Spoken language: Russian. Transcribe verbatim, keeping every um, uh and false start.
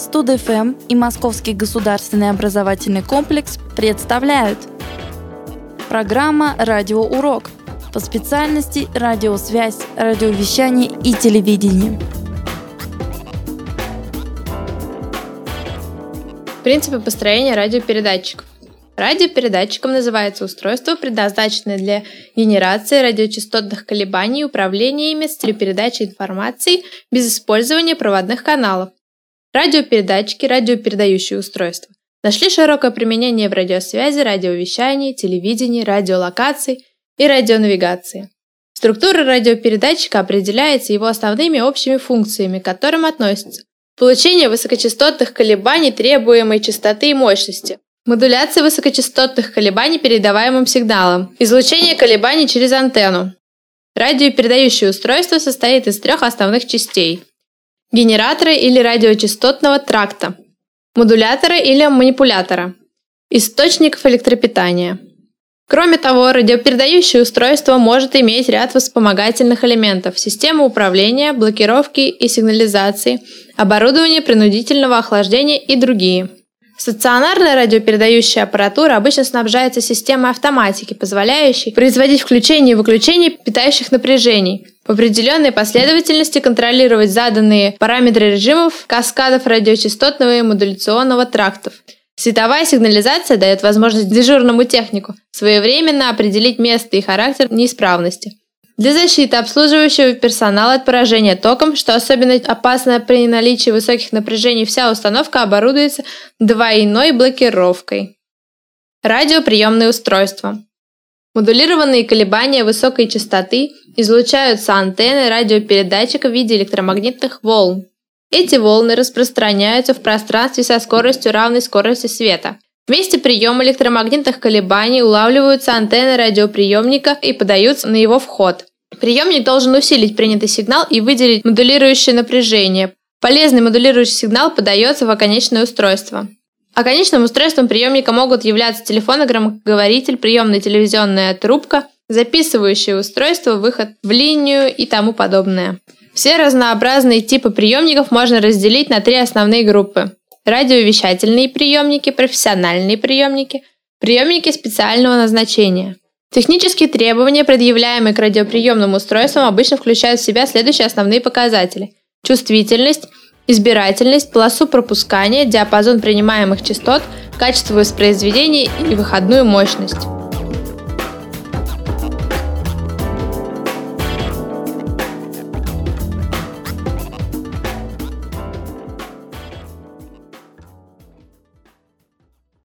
Студ-эф эм и Московский государственный образовательный комплекс представляют программа «Радиоурок» по специальности радиосвязь, радиовещание и телевидение. Принципы построения радиопередатчиков. Радиопередатчиком называется устройство, предназначенное для генерации радиочастотных колебаний и управления ими с целью передачи информации без использования проводных каналов. Радиопередатчики, радиопередающие устройства, нашли широкое применение в радиосвязи, радиовещании, телевидении, радиолокации и радионавигации. Структура радиопередатчика определяется его основными общими функциями, к которым относятся получение высокочастотных колебаний требуемой частоты и мощности, модуляция высокочастотных колебаний передаваемым сигналом, излучение колебаний через антенну. Радиопередающее устройство состоит из трех основных частей: генератора или радиочастотного тракта, модулятора или манипулятора, источников электропитания. Кроме того, радиопередающее устройство может иметь ряд вспомогательных элементов: систему управления, блокировки и сигнализации, оборудование принудительного охлаждения и другие. Стационарная радиопередающая аппаратура обычно снабжается системой автоматики, позволяющей производить включение и выключение питающих напряжений, в определенной последовательности контролировать заданные параметры режимов каскадов радиочастотного и модуляционного трактов. Световая сигнализация дает возможность дежурному технику своевременно определить место и характер неисправности. Для защиты обслуживающего персонала от поражения током, что особенно опасно при наличии высоких напряжений, вся установка оборудуется двойной блокировкой. Радиоприемные устройства. Модулированные колебания высокой частоты излучаются антенной радиопередатчика в виде электромагнитных волн. Эти волны распространяются в пространстве со скоростью, равной скорости света. В месте приема электромагнитных колебаний улавливаются антенны радиоприемника и подаются на его вход. Приемник должен усилить принятый сигнал и выделить модулирующее напряжение. Полезный модулирующий сигнал подается в оконечное устройство. Оконечным устройством приемника могут являться телефонный громкоговоритель, приемная телевизионная трубка, записывающее устройство, выход в линию и тому подобное. Все разнообразные типы приемников можно разделить на три основные группы: радиовещательные приемники, профессиональные приемники, приемники специального назначения. Технические требования, предъявляемые к радиоприемным устройствам, обычно включают в себя следующие основные показатели: чувствительность, избирательность, полосу пропускания, диапазон принимаемых частот, качество воспроизведения и выходную мощность.